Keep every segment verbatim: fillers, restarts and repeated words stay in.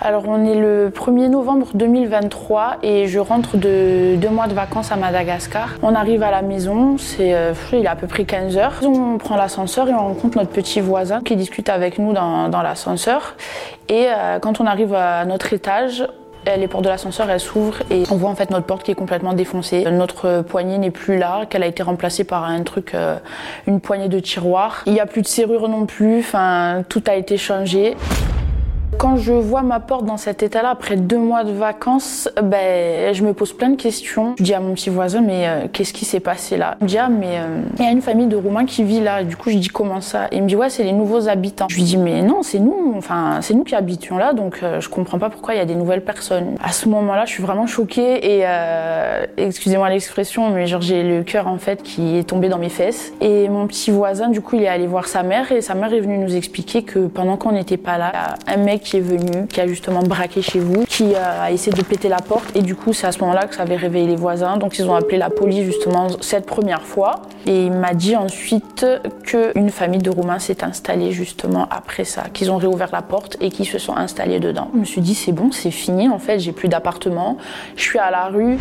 Alors on est le premier novembre deux mille vingt-trois et je rentre de deux mois de vacances à Madagascar. On arrive à la maison, c'est, euh, il est à peu près quinze heures. On prend l'ascenseur et on rencontre notre petit voisin qui discute avec nous dans, dans l'ascenseur. Et euh, quand on arrive à notre étage, les portes de l'ascenseur elles s'ouvrent et on voit en fait notre porte qui est complètement défoncée. Notre poignée n'est plus là, qu'elle a été remplacée par un truc, euh, une poignée de tiroir. Il n'y a plus de serrure non plus, enfin tout a été changé. Quand je vois ma porte dans cet état-là, après deux mois de vacances, ben, je me pose plein de questions. Je dis à mon petit voisin, mais euh, qu'est-ce qui s'est passé là? Il me dit, ah, mais euh, il y a une famille de Roumains qui vit là. Et du coup, je dis, comment ça? Et il me dit, ouais, c'est les nouveaux habitants. Je lui dis, mais non, c'est nous, enfin, c'est nous qui habitions là, donc euh, je comprends pas pourquoi il y a des nouvelles personnes. À ce moment-là, je suis vraiment choquée et, euh, excusez-moi l'expression, mais genre, j'ai le cœur en fait qui est tombé dans mes fesses. Et mon petit voisin, du coup, il est allé voir sa mère et sa mère est venue nous expliquer que pendant qu'on n'était pas là, il y a un mec qui est venu, qui a justement braqué chez vous, qui a essayé de péter la porte et du coup c'est à ce moment-là que ça avait réveillé les voisins, donc ils ont appelé la police justement cette première fois et il m'a dit ensuite qu'une famille de Roumains s'est installée justement après ça, qu'ils ont réouvert la porte et qu'ils se sont installés dedans. Je me suis dit c'est bon, c'est fini en fait, j'ai plus d'appartement, je suis à la rue.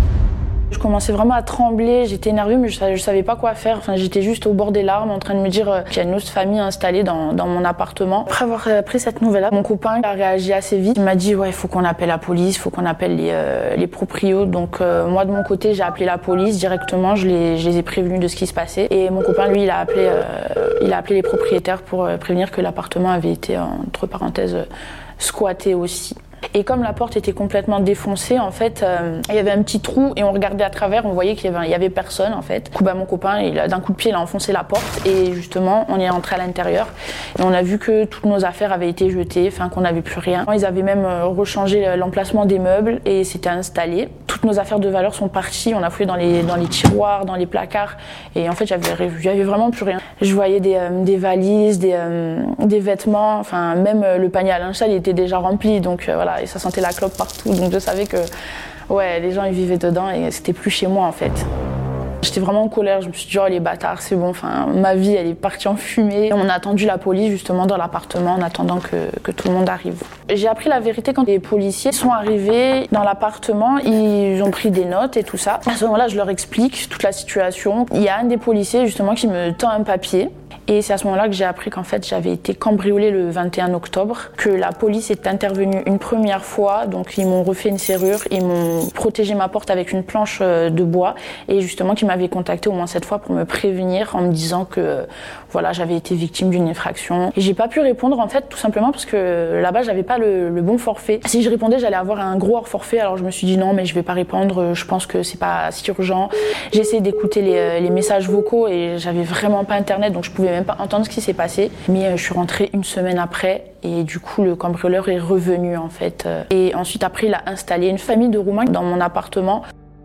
Je commençais vraiment à trembler, j'étais énervée mais je savais, je savais pas quoi faire. Enfin, j'étais juste au bord des larmes en train de me dire euh, qu'il y a une autre famille installée dans, dans mon appartement. Après avoir pris cette nouvelle-là, mon copain a réagi assez vite. Il m'a dit ouais, il faut qu'on appelle la police, il faut qu'on appelle les, euh, les proprios. Donc euh, moi de mon côté, j'ai appelé la police directement, je les, je les ai prévenus de ce qui se passait. Et mon copain lui, il a appelé, euh, il a appelé les propriétaires pour euh, prévenir que l'appartement avait été entre parenthèses squatté aussi. Et comme la porte était complètement défoncée, en fait, euh, il y avait un petit trou et on regardait à travers, on voyait qu'il y avait, il y avait personne en fait. Du coup, bah, mon copain, il a, d'un coup de pied, il a enfoncé la porte et justement, on est entré à l'intérieur et on a vu que toutes nos affaires avaient été jetées, enfin qu'on n'avait plus rien. Ils avaient même euh, rechangé l'emplacement des meubles et c'était installé. Toutes nos affaires de valeur sont parties, on a fouillé dans les, dans les tiroirs, dans les placards et en fait, j'avais, j'avais vraiment plus rien. Je voyais des, euh, des valises, des, euh, des vêtements, enfin même euh, le panier à linge sale il était déjà rempli, donc euh, voilà. Et ça sentait la clope partout, donc je savais que ouais, les gens ils vivaient dedans et c'était plus chez moi en fait. J'étais vraiment en colère, je me suis dit oh les bâtards, c'est bon, enfin ma vie elle est partie en fumée. On a attendu la police justement dans l'appartement en attendant que, que tout le monde arrive. J'ai appris la vérité quand les policiers sont arrivés dans l'appartement, ils ont pris des notes et tout ça. À ce moment-là, je leur explique toute la situation. Il y a un des policiers justement qui me tend un papier. Et c'est à ce moment-là que j'ai appris qu'en fait j'avais été cambriolée le vingt et un octobre, que la police est intervenue une première fois, donc ils m'ont refait une serrure, ils m'ont protégé ma porte avec une planche de bois et justement qu'ils m'avaient contacté au moins cette fois pour me prévenir en me disant que voilà, j'avais été victime d'une infraction. Et j'ai pas pu répondre en fait tout simplement parce que là-bas j'avais pas le, le bon forfait. Si je répondais j'allais avoir un gros hors forfait, alors je me suis dit non mais je vais pas répondre, je pense que c'est pas si urgent. J'ai essayé d'écouter les, les messages vocaux et j'avais vraiment pas internet donc je pouvais même pas entendre ce qui s'est passé, mais je suis rentrée une semaine après et du coup le cambrioleur est revenu en fait. Et ensuite après il a installé une famille de Roumains dans mon appartement.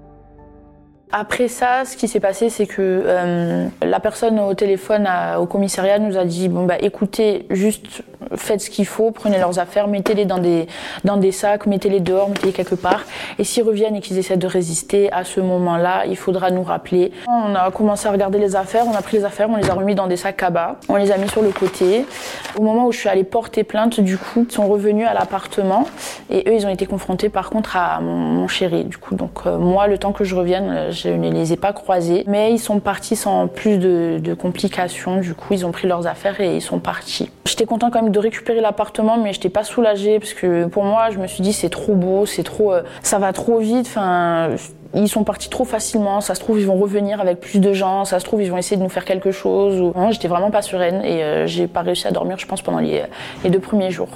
Après ça, ce qui s'est passé, c'est que euh, la personne au téléphone à, au commissariat nous a dit bon bah écoutez, juste faites ce qu'il faut, prenez leurs affaires, mettez-les dans des dans des sacs, mettez-les dehors, mettez-les quelque part. Et s'ils reviennent et qu'ils essaient de résister, à ce moment-là, il faudra nous rappeler. On a commencé à regarder les affaires, on a pris les affaires, on les a remis dans des sacs cabas, on les a mis sur le côté. Au moment où je suis allée porter plainte, du coup, ils sont revenus à l'appartement et eux, ils ont été confrontés par contre à mon, mon chéri. Du coup, donc euh, moi, le temps que je revienne, je ne les ai pas croisés, mais ils sont partis sans plus de, de complications. Du coup, ils ont pris leurs affaires et ils sont partis. J'étais contente quand même de récupérer l'appartement, mais j'étais pas soulagée parce que pour moi, je me suis dit c'est trop beau, c'est trop, euh, ça va trop vite. Enfin, ils sont partis trop facilement. Ça se trouve, ils vont revenir avec plus de gens. Ça se trouve, ils vont essayer de nous faire quelque chose. Ou... Non, j'étais vraiment pas sereine et euh, j'ai pas réussi à dormir, je pense, pendant les, les deux premiers jours.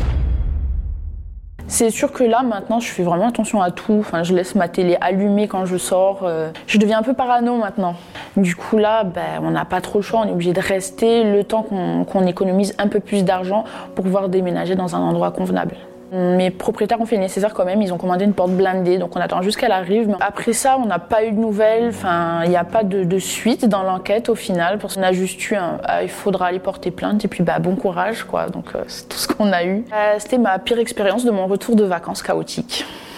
C'est sûr que là, maintenant, je fais vraiment attention à tout. Enfin, je laisse ma télé allumée quand je sors. Euh, je deviens un peu parano maintenant. Du coup, là, ben, on n'a pas trop le choix. On est obligé de rester le temps qu'on, qu'on économise un peu plus d'argent pour pouvoir déménager dans un endroit convenable. Mes propriétaires ont fait le nécessaire quand même, ils ont commandé une porte blindée, donc on attend juste qu'elle arrive. Mais après ça, on n'a pas eu de nouvelles, enfin, il n'y a pas de, de suite dans l'enquête au final, parce qu'on a juste eu un ah, il faudra aller porter plainte et puis bah, bon courage quoi, donc euh, c'est tout ce qu'on a eu. Euh, c'était ma pire expérience de mon retour de vacances chaotique.